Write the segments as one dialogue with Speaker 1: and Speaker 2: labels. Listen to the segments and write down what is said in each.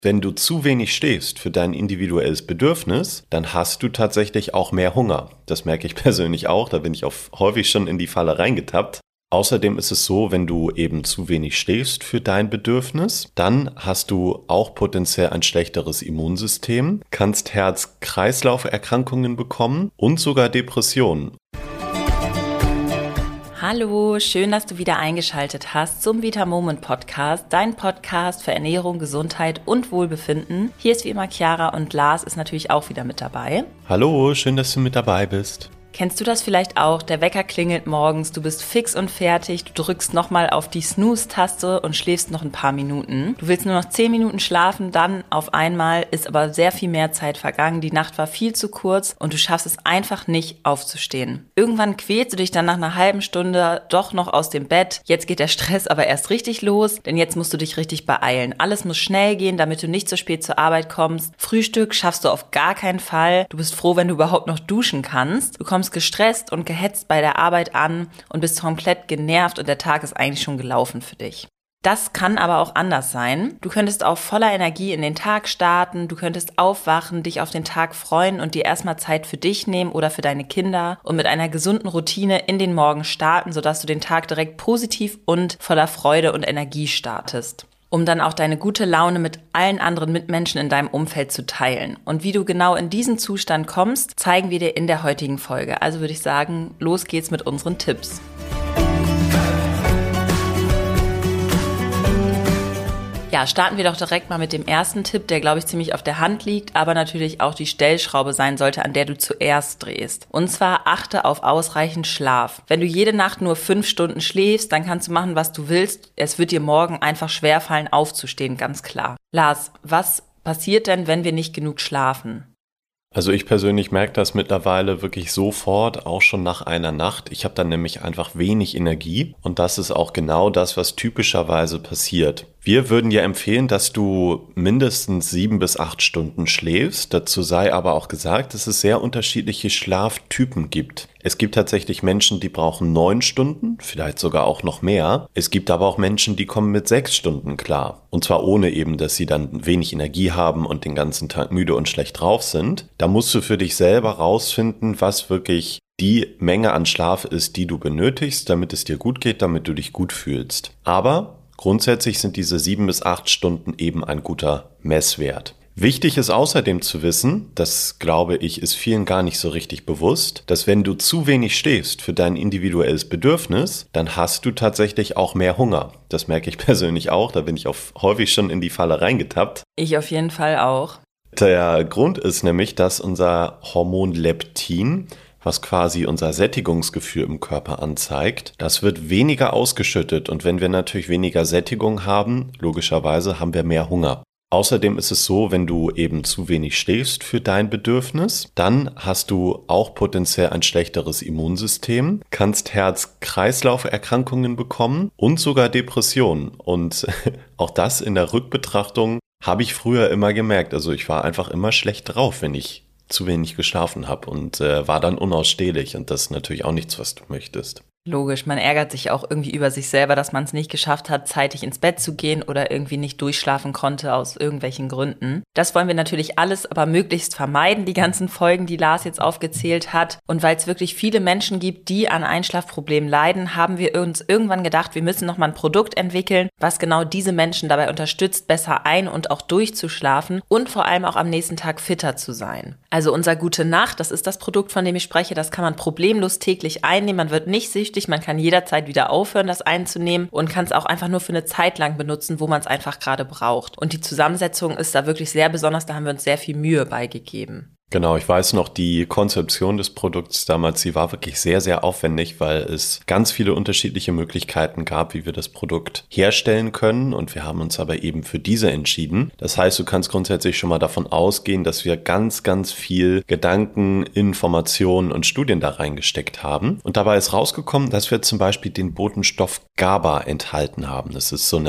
Speaker 1: Wenn du zu wenig schläfst für dein individuelles Bedürfnis, dann hast du tatsächlich auch mehr Hunger. Das merke ich persönlich auch, da bin ich auch häufig schon in die Falle reingetappt. Außerdem ist es so, wenn du eben zu wenig schläfst für dein Bedürfnis, dann hast du auch potenziell ein schlechteres Immunsystem, kannst Herz-Kreislauf-Erkrankungen bekommen und sogar Depressionen.
Speaker 2: Hallo, schön, dass du wieder eingeschaltet hast zum Vita Moment Podcast, dein Podcast für Ernährung, Gesundheit und Wohlbefinden. Hier ist wie immer Chiara und Lars ist natürlich auch wieder mit dabei.
Speaker 1: Hallo, schön, dass du mit dabei bist.
Speaker 2: Kennst du das vielleicht auch? Der Wecker klingelt morgens, du bist fix und fertig, du drückst nochmal auf die Snooze-Taste und schläfst noch ein paar Minuten. Du willst nur noch 10 Minuten schlafen, dann auf einmal ist aber sehr viel mehr Zeit vergangen, die Nacht war viel zu kurz und du schaffst es einfach nicht aufzustehen. Irgendwann quälst du dich dann nach einer halben Stunde doch noch aus dem Bett. Jetzt geht der Stress aber erst richtig los, denn jetzt musst du dich richtig beeilen. Alles muss schnell gehen, damit du nicht zu spät zur Arbeit kommst. Frühstück schaffst du auf gar keinen Fall. Du bist froh, wenn du überhaupt noch duschen kannst. Du kommst gestresst und gehetzt bei der Arbeit an und bist komplett genervt und der Tag ist eigentlich schon gelaufen für dich. Das kann aber auch anders sein. Du könntest auch voller Energie in den Tag starten, du könntest aufwachen, dich auf den Tag freuen und dir erstmal Zeit für dich nehmen oder für deine Kinder und mit einer gesunden Routine in den Morgen starten, sodass du den Tag direkt positiv und voller Freude und Energie startest, um dann auch deine gute Laune mit allen anderen Mitmenschen in deinem Umfeld zu teilen. Und wie du genau in diesen Zustand kommst, zeigen wir dir in der heutigen Folge. Also würde ich sagen, los geht's mit unseren Tipps. Ja, starten wir doch direkt mal mit dem ersten Tipp, der, glaube ich, ziemlich auf der Hand liegt, aber natürlich auch die Stellschraube sein sollte, an der du zuerst drehst. Und zwar achte auf ausreichend Schlaf. Wenn du jede Nacht nur 5 Stunden schläfst, dann kannst du machen, was du willst. Es wird dir morgen einfach schwerfallen, aufzustehen, ganz klar. Lars, was passiert denn, wenn wir nicht genug schlafen?
Speaker 1: Also ich persönlich merke das mittlerweile wirklich sofort, auch schon nach einer Nacht. Ich habe dann nämlich einfach wenig Energie und das ist auch genau das, was typischerweise passiert. Wir würden ja empfehlen, dass du mindestens 7 bis 8 Stunden schläfst. Dazu sei aber auch gesagt, dass es sehr unterschiedliche Schlaftypen gibt. Es gibt tatsächlich Menschen, die brauchen 9 Stunden, vielleicht sogar auch noch mehr. Es gibt aber auch Menschen, die kommen mit 6 Stunden klar. Und zwar ohne eben, dass sie dann wenig Energie haben und den ganzen Tag müde und schlecht drauf sind. Da musst du für dich selber rausfinden, was wirklich die Menge an Schlaf ist, die du benötigst, damit es dir gut geht, damit du dich gut fühlst. Aber grundsätzlich sind diese 7 bis 8 Stunden eben ein guter Messwert. Wichtig ist außerdem zu wissen, das glaube ich, ist vielen gar nicht so richtig bewusst, dass wenn du zu wenig schläfst für dein individuelles Bedürfnis, dann hast du tatsächlich auch mehr Hunger. Das merke ich persönlich auch, da bin ich auch häufig schon in die Falle reingetappt.
Speaker 2: Ich auf jeden Fall auch.
Speaker 1: Der Grund ist nämlich, dass unser Hormon Leptin, was quasi unser Sättigungsgefühl im Körper anzeigt, das wird weniger ausgeschüttet und wenn wir natürlich weniger Sättigung haben, logischerweise haben wir mehr Hunger. Außerdem ist es so, wenn du eben zu wenig schläfst für dein Bedürfnis, dann hast du auch potenziell ein schlechteres Immunsystem, kannst Herz-Kreislauf-Erkrankungen bekommen und sogar Depressionen. Und auch das in der Rückbetrachtung habe ich früher immer gemerkt. Also ich war einfach immer schlecht drauf, wenn ich zu wenig geschlafen habe und war dann unausstehlich. Und das ist natürlich auch nichts, was du möchtest.
Speaker 2: Logisch, man ärgert sich auch irgendwie über sich selber, dass man es nicht geschafft hat, zeitig ins Bett zu gehen oder irgendwie nicht durchschlafen konnte aus irgendwelchen Gründen. Das wollen wir natürlich alles aber möglichst vermeiden, die ganzen Folgen, die Lars jetzt aufgezählt hat. Und weil es wirklich viele Menschen gibt, die an Einschlafproblemen leiden, haben wir uns irgendwann gedacht, wir müssen nochmal ein Produkt entwickeln, was genau diese Menschen dabei unterstützt, besser ein- und auch durchzuschlafen und vor allem auch am nächsten Tag fitter zu sein. Also unser Gute Nacht, das ist das Produkt, von dem ich spreche, das kann man problemlos täglich einnehmen, man wird nicht süchtig, man kann jederzeit wieder aufhören, das einzunehmen und kann es auch einfach nur für eine Zeit lang benutzen, wo man es einfach gerade braucht. Und die Zusammensetzung ist da wirklich sehr besonders, da haben wir uns sehr viel Mühe beigegeben.
Speaker 1: Genau, ich weiß noch, die Konzeption des Produkts damals, die war wirklich sehr, sehr aufwendig, weil es ganz viele unterschiedliche Möglichkeiten gab, wie wir das Produkt herstellen können und wir haben uns aber eben für diese entschieden. Das heißt, du kannst grundsätzlich schon mal davon ausgehen, dass wir ganz, ganz viel Gedanken, Informationen und Studien da reingesteckt haben. Und dabei ist rausgekommen, dass wir zum Beispiel den Botenstoff GABA enthalten haben. Das ist so eine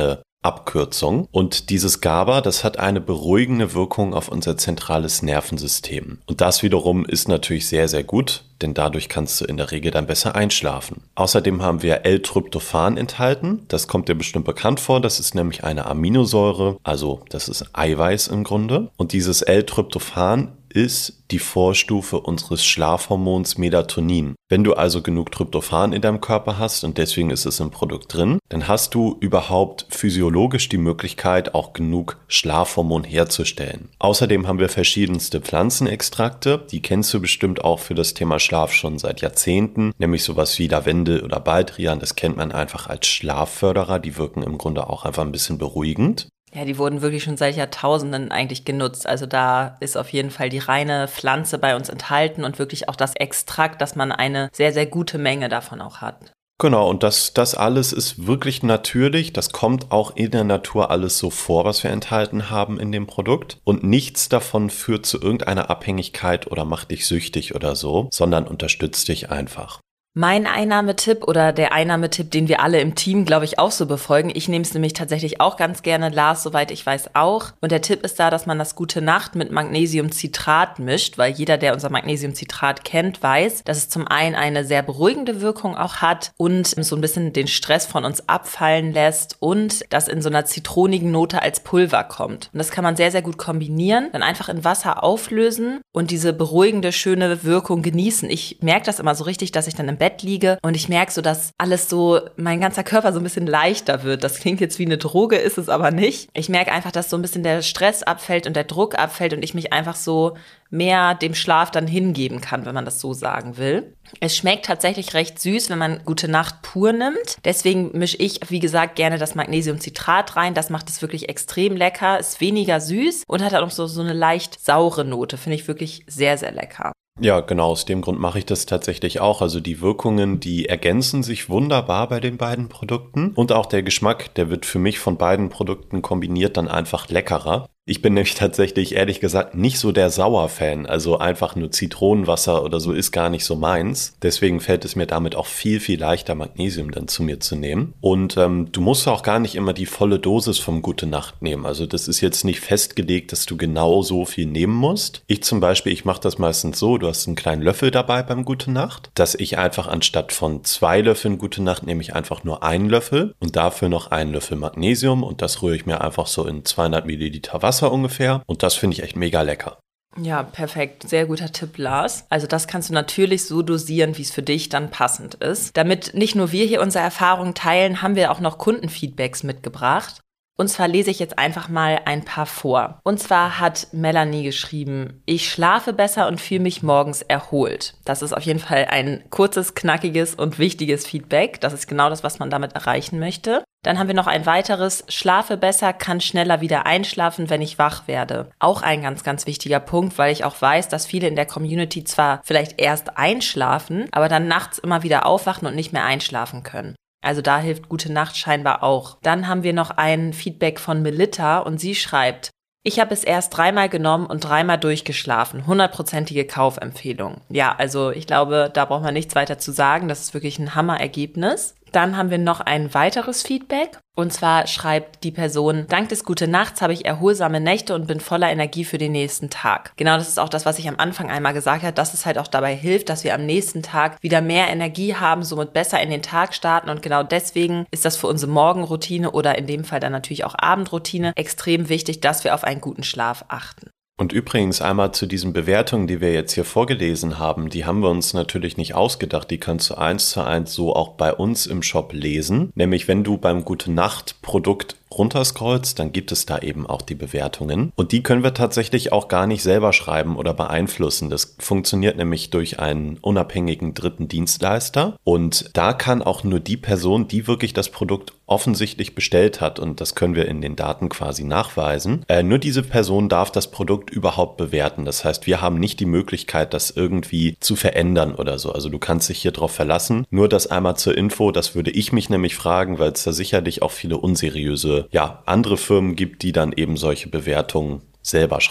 Speaker 1: Abkürzung. Und dieses GABA, das hat eine beruhigende Wirkung auf unser zentrales Nervensystem. Und das wiederum ist natürlich sehr, sehr gut, denn dadurch kannst du in der Regel dann besser einschlafen. Außerdem haben wir L-Tryptophan enthalten. Das kommt dir bestimmt bekannt vor. Das ist nämlich eine Aminosäure, also das ist Eiweiß im Grunde. Und dieses L-Tryptophan ist die Vorstufe unseres Schlafhormons Melatonin. Wenn du also genug Tryptophan in deinem Körper hast, und deswegen ist es im Produkt drin, dann hast du überhaupt physiologisch die Möglichkeit, auch genug Schlafhormon herzustellen. Außerdem haben wir verschiedenste Pflanzenextrakte, die kennst du bestimmt auch für das Thema Schlaf schon seit Jahrzehnten, nämlich sowas wie Lavendel oder Baldrian, das kennt man einfach als Schlafförderer, die wirken im Grunde auch einfach ein bisschen beruhigend.
Speaker 2: Ja, die wurden wirklich schon seit Jahrtausenden eigentlich genutzt. Also da ist auf jeden Fall die reine Pflanze bei uns enthalten und wirklich auch das Extrakt, dass man eine sehr, sehr gute Menge davon auch hat.
Speaker 1: Genau, und das alles ist wirklich natürlich. Das kommt auch in der Natur alles so vor, was wir enthalten haben in dem Produkt. Und nichts davon führt zu irgendeiner Abhängigkeit oder macht dich süchtig oder so, sondern unterstützt dich einfach.
Speaker 2: Mein Einnahmetipp oder der Einnahmetipp, den wir alle im Team, glaube ich, auch so befolgen. Ich nehme es nämlich tatsächlich auch ganz gerne, Lars, soweit ich weiß, auch. Und der Tipp ist da, dass man das Gute Nacht mit Magnesiumcitrat mischt, weil jeder, der unser Magnesiumcitrat kennt, weiß, dass es zum einen eine sehr beruhigende Wirkung auch hat und so ein bisschen den Stress von uns abfallen lässt und das in so einer zitronigen Note als Pulver kommt. Und das kann man sehr, sehr gut kombinieren, dann einfach in Wasser auflösen und diese beruhigende, schöne Wirkung genießen. Ich merke das immer so richtig, dass ich dann im Bett liege und ich merke so, dass alles so, mein ganzer Körper so ein bisschen leichter wird. Das klingt jetzt wie eine Droge, ist es aber nicht. Ich merke einfach, dass so ein bisschen der Stress abfällt und der Druck abfällt und ich mich einfach so mehr dem Schlaf dann hingeben kann, wenn man das so sagen will. Es schmeckt tatsächlich recht süß, wenn man Gute Nacht pur nimmt. Deswegen mische ich, wie gesagt, gerne das Magnesiumcitrat rein. Das macht es wirklich extrem lecker, ist weniger süß und hat auch so eine leicht saure Note. Finde ich wirklich sehr, sehr lecker.
Speaker 1: Ja, genau, aus dem Grund mache ich das tatsächlich auch. Also die Wirkungen, die ergänzen sich wunderbar bei den beiden Produkten. Und auch der Geschmack, der wird für mich von beiden Produkten kombiniert dann einfach leckerer. Ich bin nämlich tatsächlich, ehrlich gesagt, nicht so der Sauer-Fan. Also einfach nur Zitronenwasser oder so ist gar nicht so meins. Deswegen fällt es mir damit auch viel, viel leichter, Magnesium dann zu mir zu nehmen. Und du musst auch gar nicht immer die volle Dosis vom Gute Nacht nehmen. Also das ist jetzt nicht festgelegt, dass du genau so viel nehmen musst. Ich zum Beispiel, ich mache das meistens so, du hast einen kleinen Löffel dabei beim Gute Nacht, dass ich einfach anstatt von 2 Löffeln Gute Nacht nehme ich einfach nur 1 Löffel und dafür noch 1 Löffel Magnesium und das rühre ich mir einfach so in 200 Milliliter Wasser ungefähr und das finde ich echt mega lecker.
Speaker 2: Ja, perfekt. Sehr guter Tipp, Lars. Also das kannst du natürlich so dosieren, wie es für dich dann passend ist. Damit nicht nur wir hier unsere Erfahrungen teilen, haben wir auch noch Kundenfeedbacks mitgebracht. Und zwar lese ich jetzt einfach mal ein paar vor. Und zwar hat Melanie geschrieben: Ich schlafe besser und fühle mich morgens erholt. Das ist auf jeden Fall ein kurzes, knackiges und wichtiges Feedback. Das ist genau das, was man damit erreichen möchte. Dann haben wir noch ein weiteres: Schlafe besser, kann schneller wieder einschlafen, wenn ich wach werde. Auch ein ganz, ganz wichtiger Punkt, weil ich auch weiß, dass viele in der Community zwar vielleicht erst einschlafen, aber dann nachts immer wieder aufwachen und nicht mehr einschlafen können. Also da hilft Gute Nacht scheinbar auch. Dann haben wir noch ein Feedback von Melitta und sie schreibt: Ich habe es erst 3-mal genommen und 3-mal durchgeschlafen. 100%ige Kaufempfehlung. Ja, also ich glaube, da braucht man nichts weiter zu sagen. Das ist wirklich ein Hammerergebnis. Dann haben wir noch ein weiteres Feedback. Und zwar schreibt die Person: Dank des Gute Nachts habe ich erholsame Nächte und bin voller Energie für den nächsten Tag. Genau, das ist auch das, was ich am Anfang einmal gesagt habe, dass es halt auch dabei hilft, dass wir am nächsten Tag wieder mehr Energie haben, somit besser in den Tag starten. Und genau deswegen ist das für unsere Morgenroutine oder in dem Fall dann natürlich auch Abendroutine extrem wichtig, dass wir auf einen guten Schlaf achten.
Speaker 1: Und übrigens einmal zu diesen Bewertungen, die wir jetzt hier vorgelesen haben, die haben wir uns natürlich nicht ausgedacht, die kannst du 1:1 so auch bei uns im Shop lesen. Nämlich wenn du beim Gute Nacht Produkt runterscrollst, dann gibt es da eben auch die Bewertungen. Und die können wir tatsächlich auch gar nicht selber schreiben oder beeinflussen. Das funktioniert nämlich durch einen unabhängigen dritten Dienstleister. Und da kann auch nur die Person, die wirklich das Produkt offensichtlich bestellt hat, und das können wir in den Daten quasi nachweisen, nur diese Person darf das Produkt überhaupt bewerten. Das heißt, wir haben nicht die Möglichkeit, das irgendwie zu verändern oder so. Also du kannst dich hier drauf verlassen. Nur das einmal zur Info, das würde ich mich nämlich fragen, weil es da sicherlich auch viele unseriöse andere Firmen gibt, die dann eben solche Bewertungen selber schreiben.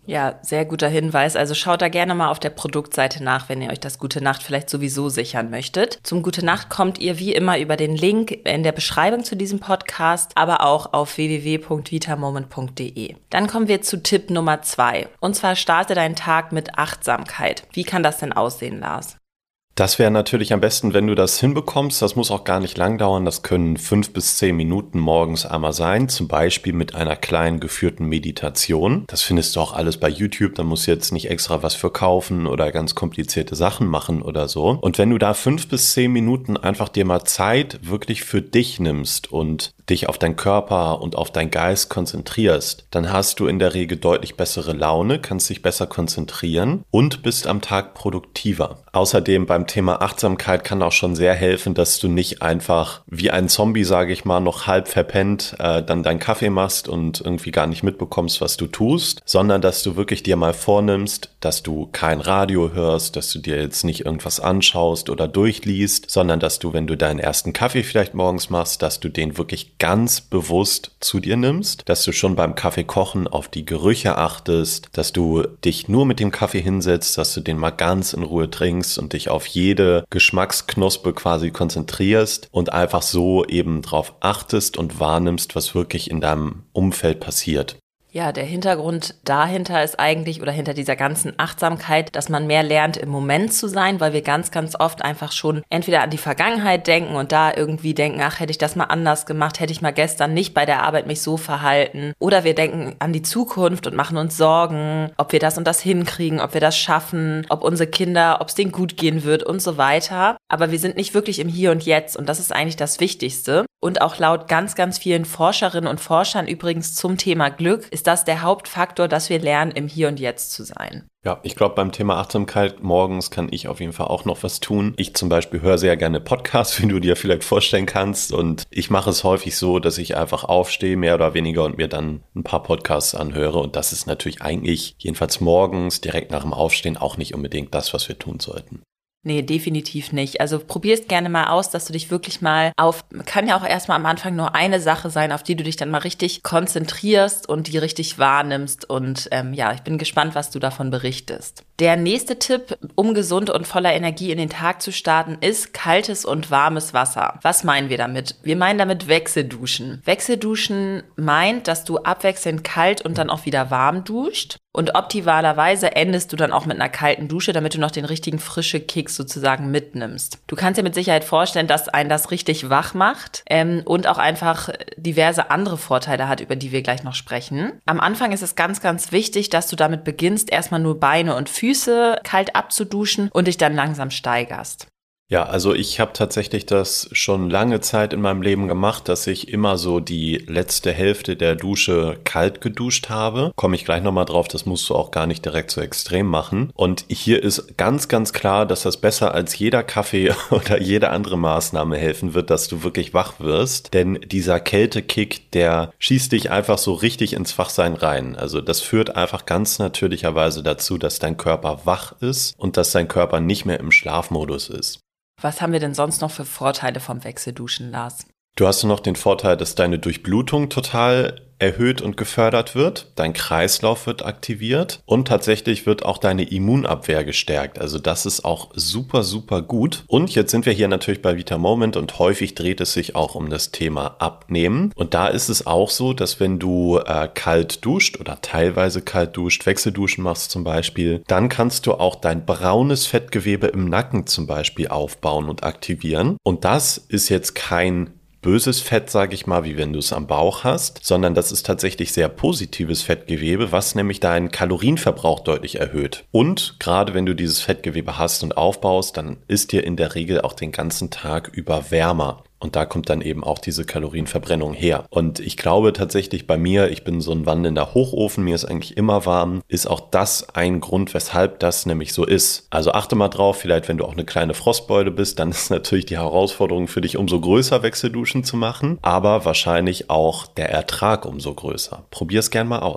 Speaker 2: Ja, sehr guter Hinweis. Also schaut da gerne mal auf der Produktseite nach, wenn ihr euch das Gute Nacht vielleicht sowieso sichern möchtet. Zum Gute Nacht kommt ihr wie immer über den Link in der Beschreibung zu diesem Podcast, aber auch auf www.vitamoment.de. Dann kommen wir zu Tipp Nummer 2. Und zwar starte deinen Tag mit Achtsamkeit. Wie kann das denn aussehen, Lars?
Speaker 1: Das wäre natürlich am besten, wenn du das hinbekommst. Das muss auch gar nicht lang dauern. Das können 5 bis 10 Minuten morgens einmal sein. Zum Beispiel mit einer kleinen geführten Meditation. Das findest du auch alles bei YouTube. Da musst du jetzt nicht extra was für kaufen oder ganz komplizierte Sachen machen oder so. Und wenn du da 5 bis 10 Minuten einfach dir mal Zeit wirklich für dich nimmst und dich auf deinen Körper und auf deinen Geist konzentrierst, dann hast du in der Regel deutlich bessere Laune, kannst dich besser konzentrieren und bist am Tag produktiver. Außerdem beim Thema Achtsamkeit kann auch schon sehr helfen, dass du nicht einfach wie ein Zombie, sage ich mal, noch halb verpennt dann deinen Kaffee machst und irgendwie gar nicht mitbekommst, was du tust, sondern dass du wirklich dir mal vornimmst, dass du kein Radio hörst, dass du dir jetzt nicht irgendwas anschaust oder durchliest, sondern dass du, wenn du deinen ersten Kaffee vielleicht morgens machst, dass du den wirklich ganz bewusst zu dir nimmst, dass du schon beim Kaffeekochen auf die Gerüche achtest, dass du dich nur mit dem Kaffee hinsetzt, dass du den mal ganz in Ruhe trinkst und dich auf jede Geschmacksknospe quasi konzentrierst und einfach so eben drauf achtest und wahrnimmst, was wirklich in deinem Umfeld passiert.
Speaker 2: Ja, der Hintergrund dahinter ist eigentlich, oder hinter dieser ganzen Achtsamkeit, dass man mehr lernt, im Moment zu sein, weil wir ganz, ganz oft einfach schon entweder an die Vergangenheit denken und da irgendwie denken, ach, hätte ich das mal anders gemacht, hätte ich mal gestern nicht bei der Arbeit mich so verhalten. Oder wir denken an die Zukunft und machen uns Sorgen, ob wir das und das hinkriegen, ob wir das schaffen, ob unsere Kinder, ob es denen gut gehen wird und so weiter. Aber wir sind nicht wirklich im Hier und Jetzt und das ist eigentlich das Wichtigste. Und auch laut ganz, ganz vielen Forscherinnen und Forschern übrigens zum Thema Glück ist das der Hauptfaktor, dass wir lernen, im Hier und Jetzt zu sein.
Speaker 1: Ja, ich glaube, beim Thema Achtsamkeit morgens kann ich auf jeden Fall auch noch was tun. Ich zum Beispiel höre sehr gerne Podcasts, wie du dir vielleicht vorstellen kannst. Und ich mache es häufig so, dass ich einfach aufstehe, mehr oder weniger, und mir dann ein paar Podcasts anhöre. Und das ist natürlich eigentlich, jedenfalls morgens, direkt nach dem Aufstehen, auch nicht unbedingt das, was wir tun sollten.
Speaker 2: Nee, definitiv nicht. Also probier's gerne mal aus, dass du dich wirklich mal kann ja auch erstmal am Anfang nur eine Sache sein, auf die du dich dann mal richtig konzentrierst und die richtig wahrnimmst. Und ich bin gespannt, was du davon berichtest. Der nächste Tipp, um gesund und voller Energie in den Tag zu starten, ist kaltes und warmes Wasser. Was meinen wir damit? Wir meinen damit Wechselduschen. Wechselduschen meint, dass du abwechselnd kalt und dann auch wieder warm duscht. Und optimalerweise endest du dann auch mit einer kalten Dusche, damit du noch den richtigen frische Kick sozusagen mitnimmst. Du kannst dir mit Sicherheit vorstellen, dass einen das richtig wach macht und auch einfach diverse andere Vorteile hat, über die wir gleich noch sprechen. Am Anfang ist es ganz, ganz wichtig, dass du damit beginnst, erstmal nur Beine und Füße kalt abzuduschen und dich dann langsam steigerst.
Speaker 1: Ja, also ich habe tatsächlich das schon lange Zeit in meinem Leben gemacht, dass ich immer so die letzte Hälfte der Dusche kalt geduscht habe. Komme ich gleich nochmal drauf, das musst du auch gar nicht direkt so extrem machen. Und hier ist ganz, ganz klar, dass das besser als jeder Kaffee oder jede andere Maßnahme helfen wird, dass du wirklich wach wirst. Denn dieser Kältekick, der schießt dich einfach so richtig ins Wachsein rein. Also das führt einfach ganz natürlicherweise dazu, dass dein Körper wach ist und dass dein Körper nicht mehr im Schlafmodus ist.
Speaker 2: Was haben wir denn sonst noch für Vorteile vom Wechselduschen, Lars?
Speaker 1: Du hast noch den Vorteil, dass deine Durchblutung total erhöht und gefördert wird, dein Kreislauf wird aktiviert und tatsächlich wird auch deine Immunabwehr gestärkt. Also das ist auch super, super gut. Und jetzt sind wir hier natürlich bei Vitamoment und häufig dreht es sich auch um das Thema Abnehmen. Und da ist es auch so, dass wenn du kalt duscht oder teilweise kalt duscht, Wechselduschen machst zum Beispiel, dann kannst du auch dein braunes Fettgewebe im Nacken zum Beispiel aufbauen und aktivieren. Und das ist jetzt kein böses Fett, sage ich mal, wie wenn du es am Bauch hast, sondern das ist tatsächlich sehr positives Fettgewebe, was nämlich deinen Kalorienverbrauch deutlich erhöht. Und gerade wenn du dieses Fettgewebe hast und aufbaust, dann ist dir in der Regel auch den ganzen Tag über wärmer. Und da kommt dann eben auch diese Kalorienverbrennung her. Und ich glaube tatsächlich bei mir, ich bin so ein wandelnder Hochofen, mir ist eigentlich immer warm, ist auch das ein Grund, weshalb das nämlich so ist. Also achte mal drauf, vielleicht wenn du auch eine kleine Frostbeule bist, dann ist natürlich die Herausforderung für dich umso größer, Wechselduschen zu machen, aber wahrscheinlich auch der Ertrag umso größer. Probier's gern mal aus.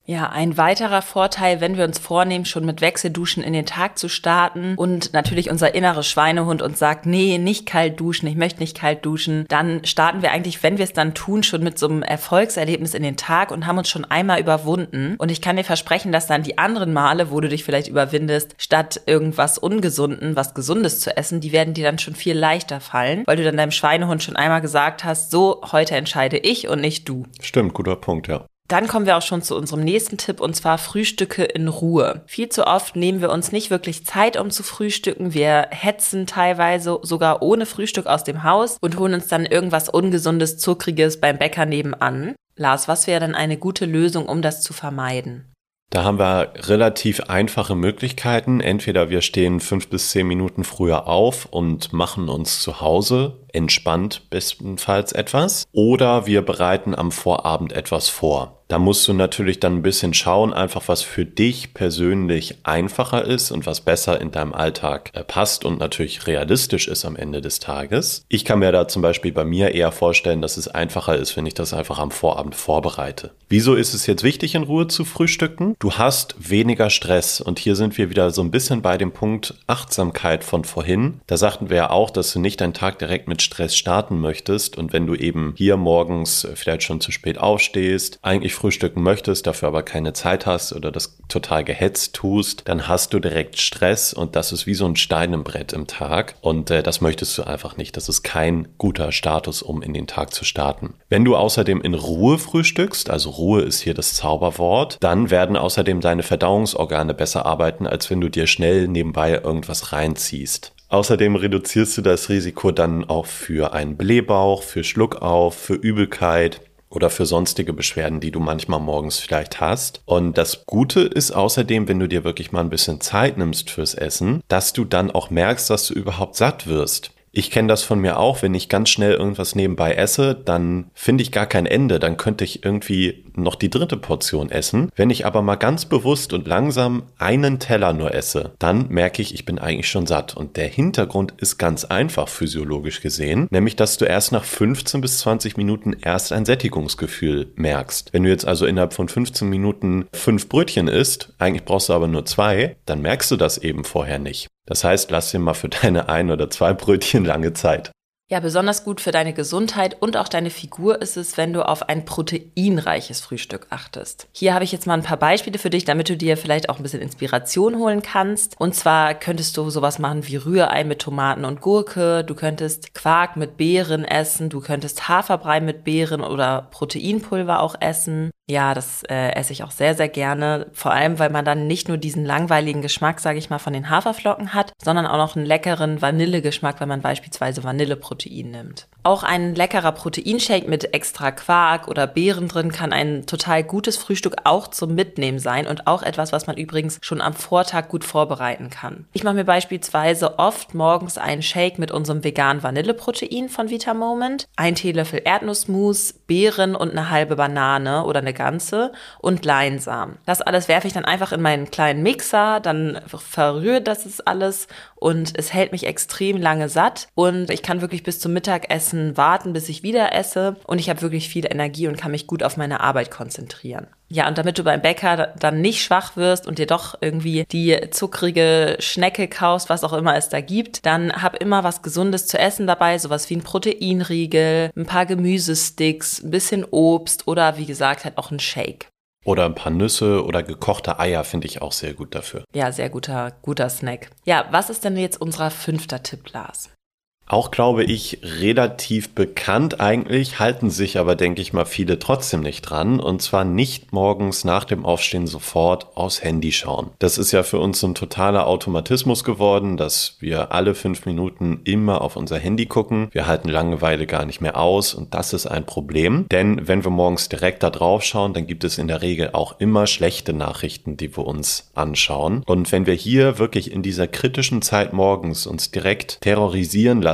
Speaker 2: Ja, ein weiterer Vorteil, wenn wir uns vornehmen, schon mit Wechselduschen in den Tag zu starten und natürlich unser innerer Schweinehund uns sagt, nee, nicht kalt duschen, ich möchte nicht kalt duschen, dann starten wir eigentlich, wenn wir es dann tun, schon mit so einem Erfolgserlebnis in den Tag und haben uns schon einmal überwunden. Und ich kann dir versprechen, dass dann die anderen Male, wo du dich vielleicht überwindest, statt irgendwas Ungesunden, was Gesundes zu essen, die werden dir dann schon viel leichter fallen, weil du dann deinem Schweinehund schon einmal gesagt hast, so, heute entscheide ich und nicht du.
Speaker 1: Stimmt, guter Punkt, ja.
Speaker 2: Dann kommen wir auch schon zu unserem nächsten Tipp, und zwar Frühstücke in Ruhe. Viel zu oft nehmen wir uns nicht wirklich Zeit, um zu frühstücken. Wir hetzen teilweise sogar ohne Frühstück aus dem Haus und holen uns dann irgendwas Ungesundes, Zuckriges beim Bäcker nebenan. Lars, was wäre denn eine gute Lösung, um das zu vermeiden?
Speaker 1: Da haben wir relativ einfache Möglichkeiten. Entweder wir stehen 5 bis 10 Minuten früher auf und machen uns zu Hause entspannt bestenfalls etwas. Oder wir bereiten am Vorabend etwas vor. Da musst du natürlich dann ein bisschen schauen, einfach was für dich persönlich einfacher ist und was besser in deinem Alltag passt und natürlich realistisch ist am Ende des Tages. Ich kann mir da zum Beispiel bei mir eher vorstellen, dass es einfacher ist, wenn ich das einfach am Vorabend vorbereite. Wieso ist es jetzt wichtig, in Ruhe zu frühstücken? Du hast weniger Stress und hier sind wir wieder so ein bisschen bei dem Punkt Achtsamkeit von vorhin. Da sagten wir ja auch, dass du nicht deinen Tag direkt mit Stress starten möchtest und wenn du eben hier morgens vielleicht schon zu spät aufstehst, eigentlich frühstücken möchtest, dafür aber keine Zeit hast oder das total gehetzt tust, dann hast du direkt Stress und das ist wie so ein Stein im Brett im Tag und das möchtest du einfach nicht. Das ist kein guter Status, um in den Tag zu starten. Wenn du außerdem in Ruhe frühstückst, also Ruhe ist hier das Zauberwort, dann werden außerdem deine Verdauungsorgane besser arbeiten, als wenn du dir schnell nebenbei irgendwas reinziehst. Außerdem reduzierst du das Risiko dann auch für einen Blähbauch, für Schluckauf, für Übelkeit oder für sonstige Beschwerden, die du manchmal morgens vielleicht hast. Und das Gute ist außerdem, wenn du dir wirklich mal ein bisschen Zeit nimmst fürs Essen, dass du dann auch merkst, dass du überhaupt satt wirst. Ich kenne das von mir auch, wenn ich ganz schnell irgendwas nebenbei esse, dann finde ich gar kein Ende, dann könnte ich irgendwie noch die 3. Portion essen. Wenn ich aber mal ganz bewusst und langsam einen Teller nur esse, dann merke ich bin eigentlich schon satt. Und der Hintergrund ist ganz einfach physiologisch gesehen, nämlich dass du erst nach 15 bis 20 Minuten erst ein Sättigungsgefühl merkst. Wenn du jetzt also innerhalb von 15 Minuten 5 Brötchen isst, eigentlich brauchst du aber nur 2, dann merkst du das eben vorher nicht. Das heißt, lass dir mal für deine 1 oder 2 Brötchen lange Zeit.
Speaker 2: Ja, besonders gut für deine Gesundheit und auch deine Figur ist es, wenn du auf ein proteinreiches Frühstück achtest. Hier habe ich jetzt mal ein paar Beispiele für dich, damit du dir vielleicht auch ein bisschen Inspiration holen kannst. Und zwar könntest du sowas machen wie Rührei mit Tomaten und Gurke, du könntest Quark mit Beeren essen, du könntest Haferbrei mit Beeren oder Proteinpulver auch essen. Ja, das esse ich auch sehr, sehr gerne. Vor allem, weil man dann nicht nur diesen langweiligen Geschmack, sage ich mal, von den Haferflocken hat, sondern auch noch einen leckeren Vanillegeschmack, wenn man beispielsweise Vanilleprotein nimmt. Auch ein leckerer Proteinshake mit extra Quark oder Beeren drin kann ein total gutes Frühstück auch zum Mitnehmen sein und auch etwas, was man übrigens schon am Vortag gut vorbereiten kann. Ich mache mir beispielsweise oft morgens einen Shake mit unserem veganen Vanilleprotein von Vitamoment, 1 Teelöffel Erdnussmus, Beeren und eine halbe Banane oder eine ganze und Leinsamen. Das alles werfe ich dann einfach in meinen kleinen Mixer, dann verrührt das alles und es hält mich extrem lange satt und ich kann wirklich bis zum Mittagessen warten, bis ich wieder esse und ich habe wirklich viel Energie und kann mich gut auf meine Arbeit konzentrieren. Ja, und damit du beim Bäcker dann nicht schwach wirst und dir doch irgendwie die zuckrige Schnecke kaufst, was auch immer es da gibt, dann hab immer was Gesundes zu essen dabei, sowas wie ein Proteinriegel, ein paar Gemüsesticks, ein bisschen Obst oder wie gesagt halt auch ein Shake.
Speaker 1: Oder ein paar Nüsse oder gekochte Eier finde ich auch sehr gut dafür.
Speaker 2: Ja, sehr guter Snack. Ja, was ist denn jetzt unser 5. Tipp, Lars?
Speaker 1: Auch, glaube ich, relativ bekannt eigentlich, halten sich aber, denke ich mal, viele trotzdem nicht dran. Und zwar nicht morgens nach dem Aufstehen sofort aufs Handy schauen. Das ist ja für uns ein totaler Automatismus geworden, dass wir alle 5 Minuten immer auf unser Handy gucken. Wir halten Langeweile gar nicht mehr aus und das ist ein Problem. Denn wenn wir morgens direkt da drauf schauen, dann gibt es in der Regel auch immer schlechte Nachrichten, die wir uns anschauen. Und wenn wir hier wirklich in dieser kritischen Zeit morgens uns direkt terrorisieren lassen,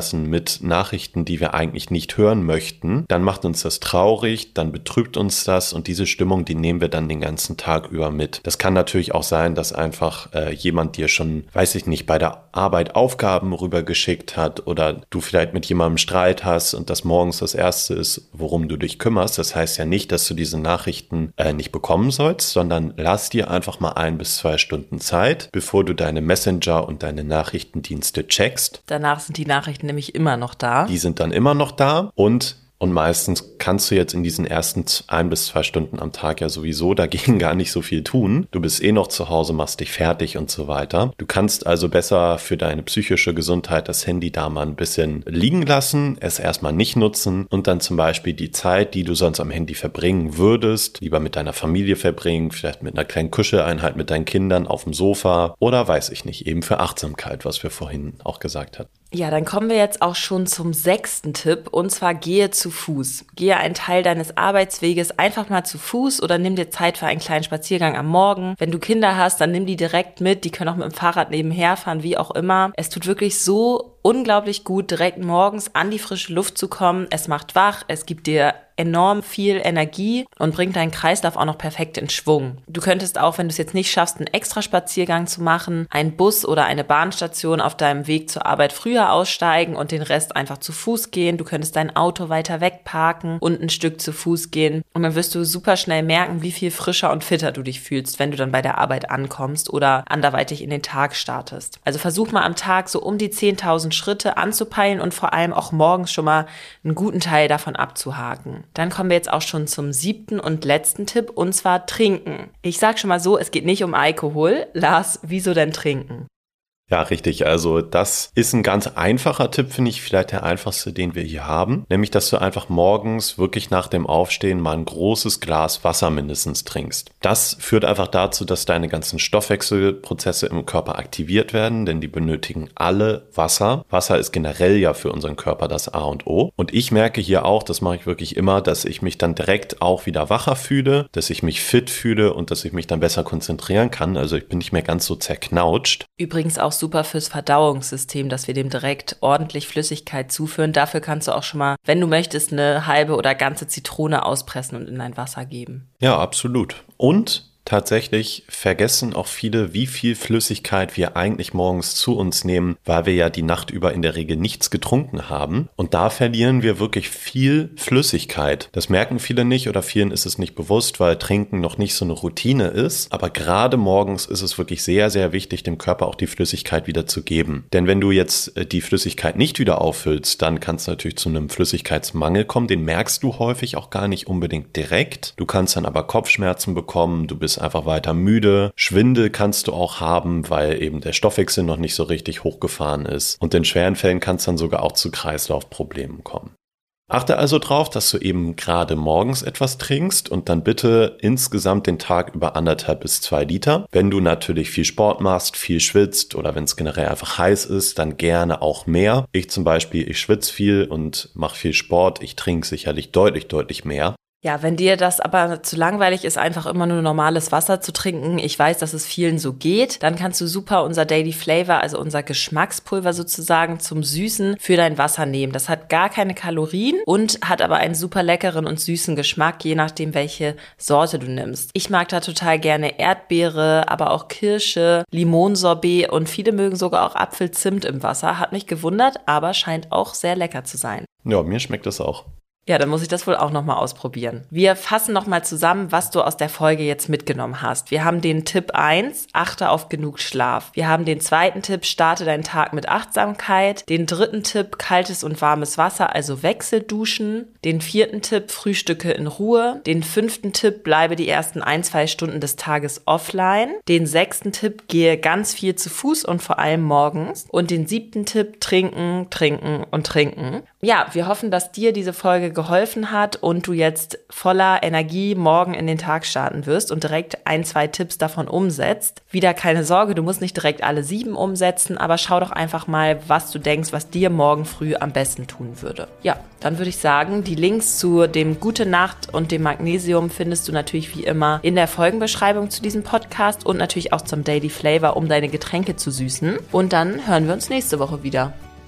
Speaker 1: lassen mit Nachrichten, die wir eigentlich nicht hören möchten, dann macht uns das traurig, dann betrübt uns das und diese Stimmung, die nehmen wir dann den ganzen Tag über mit. Das kann natürlich auch sein, dass einfach jemand dir schon, weiß ich nicht, bei der Arbeit Aufgaben rübergeschickt hat oder du vielleicht mit jemandem Streit hast und das morgens das Erste ist, worum du dich kümmerst. Das heißt ja nicht, dass du diese Nachrichten nicht bekommen sollst, sondern lass dir einfach mal 1 bis 2 Stunden Zeit, bevor du deine Messenger und deine Nachrichtendienste checkst.
Speaker 2: Danach sind die Nachrichten nämlich immer noch da.
Speaker 1: Die sind dann immer noch da und meistens kannst du jetzt in diesen ersten 1 bis 2 Stunden am Tag ja sowieso dagegen gar nicht so viel tun. Du bist eh noch zu Hause, machst dich fertig und so weiter. Du kannst also besser für deine psychische Gesundheit das Handy da mal ein bisschen liegen lassen, es erstmal nicht nutzen und dann zum Beispiel die Zeit, die du sonst am Handy verbringen würdest, lieber mit deiner Familie verbringen, vielleicht mit einer kleinen Kuscheleinheit mit deinen Kindern auf dem Sofa oder weiß ich nicht, eben für Achtsamkeit, was wir vorhin auch gesagt hatten.
Speaker 2: Ja, dann kommen wir jetzt auch schon zum 6. Tipp und zwar gehe zu Fuß. Gehe einen Teil deines Arbeitsweges einfach mal zu Fuß oder nimm dir Zeit für einen kleinen Spaziergang am Morgen. Wenn du Kinder hast, dann nimm die direkt mit. Die können auch mit dem Fahrrad nebenher fahren, wie auch immer. Es tut wirklich so unglaublich gut, direkt morgens an die frische Luft zu kommen. Es macht wach, es gibt dir enorm viel Energie und bringt deinen Kreislauf auch noch perfekt in Schwung. Du könntest auch, wenn du es jetzt nicht schaffst, einen extra Spaziergang zu machen, einen Bus oder eine Bahnstation auf deinem Weg zur Arbeit früher aussteigen und den Rest einfach zu Fuß gehen. Du könntest dein Auto weiter wegparken und ein Stück zu Fuß gehen. Und dann wirst du super schnell merken, wie viel frischer und fitter du dich fühlst, wenn du dann bei der Arbeit ankommst oder anderweitig in den Tag startest. Also versuch mal am Tag so um die 10.000 Schritte anzupeilen und vor allem auch morgens schon mal einen guten Teil davon abzuhaken. Dann kommen wir jetzt auch schon zum 7. und letzten Tipp, und zwar trinken. Ich sag schon mal so, es geht nicht um Alkohol. Lars, wieso denn trinken?
Speaker 1: Ja, richtig. Also das ist ein ganz einfacher Tipp, finde ich, vielleicht der einfachste, den wir hier haben. Nämlich, dass du einfach morgens wirklich nach dem Aufstehen mal ein großes Glas Wasser mindestens trinkst. Das führt einfach dazu, dass deine ganzen Stoffwechselprozesse im Körper aktiviert werden, denn die benötigen alle Wasser. Wasser ist generell ja für unseren Körper das A und O. Und ich merke hier auch, das mache ich wirklich immer, dass ich mich dann direkt auch wieder wacher fühle, dass ich mich fit fühle und dass ich mich dann besser konzentrieren kann. Also ich bin nicht mehr ganz so zerknautscht.
Speaker 2: Übrigens auch super fürs Verdauungssystem, dass wir dem direkt ordentlich Flüssigkeit zuführen. Dafür kannst du auch schon mal, wenn du möchtest, eine halbe oder ganze Zitrone auspressen und in dein Wasser geben.
Speaker 1: Ja, absolut. Und tatsächlich vergessen auch viele, wie viel Flüssigkeit wir eigentlich morgens zu uns nehmen, weil wir ja die Nacht über in der Regel nichts getrunken haben. Und da verlieren wir wirklich viel Flüssigkeit. Das merken viele nicht oder vielen ist es nicht bewusst, weil Trinken noch nicht so eine Routine ist. Aber gerade morgens ist es wirklich sehr, sehr wichtig, dem Körper auch die Flüssigkeit wieder zu geben. Denn wenn du jetzt die Flüssigkeit nicht wieder auffüllst, dann kann es natürlich zu einem Flüssigkeitsmangel kommen. Den merkst du häufig auch gar nicht unbedingt direkt. Du kannst dann aber Kopfschmerzen bekommen, du bist einfach weiter müde. Schwindel kannst du auch haben, weil eben der Stoffwechsel noch nicht so richtig hochgefahren ist. Und in schweren Fällen kann es dann sogar auch zu Kreislaufproblemen kommen. Achte also drauf, dass du eben gerade morgens etwas trinkst und dann bitte insgesamt den Tag über 1,5 bis 2 Liter. Wenn du natürlich viel Sport machst, viel schwitzt oder wenn es generell einfach heiß ist, dann gerne auch mehr. Ich zum Beispiel, ich schwitze viel und mache viel Sport. Ich trinke sicherlich deutlich mehr.
Speaker 2: Ja, wenn dir das aber zu langweilig ist, einfach immer nur normales Wasser zu trinken, ich weiß, dass es vielen so geht, dann kannst du super unser Daily Flavor, also unser Geschmackspulver sozusagen zum Süßen für dein Wasser nehmen. Das hat gar keine Kalorien und hat aber einen super leckeren und süßen Geschmack, je nachdem, welche Sorte du nimmst. Ich mag da total gerne Erdbeere, aber auch Kirsche, Limonsorbet und viele mögen sogar auch Apfelzimt im Wasser. Hat mich gewundert, aber scheint auch sehr lecker zu sein.
Speaker 1: Ja, mir schmeckt das auch.
Speaker 2: Ja, dann muss ich das wohl auch nochmal ausprobieren. Wir fassen nochmal zusammen, was du aus der Folge jetzt mitgenommen hast. Wir haben den Tipp 1, achte auf genug Schlaf. Wir haben den 2. Tipp, starte deinen Tag mit Achtsamkeit. Den 3. Tipp, kaltes und warmes Wasser, also Wechselduschen. Den 4. Tipp, frühstücke in Ruhe. Den 5. Tipp, bleibe die ersten 1-2 Stunden des Tages offline. Den 6. Tipp, gehe ganz viel zu Fuß und vor allem morgens. Und den 7. Tipp, trinken, trinken und trinken. Ja, wir hoffen, dass dir diese Folge geholfen hat und du jetzt voller Energie morgen in den Tag starten wirst und direkt 1-2 Tipps davon umsetzt. Wieder keine Sorge, du musst nicht direkt alle 7 umsetzen, aber schau doch einfach mal, was du denkst, was dir morgen früh am besten tun würde. Ja, dann würde ich sagen, die Links zu dem Gute Nacht und dem Magnesium findest du natürlich wie immer in der Folgenbeschreibung zu diesem Podcast und natürlich auch zum Daily Flavor, um deine Getränke zu süßen. Und dann hören wir uns nächste Woche wieder.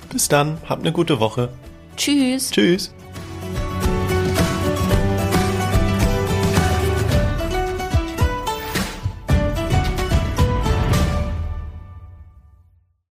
Speaker 1: Bis dann, habt eine gute Woche.
Speaker 2: Tschüss.
Speaker 1: Tschüss.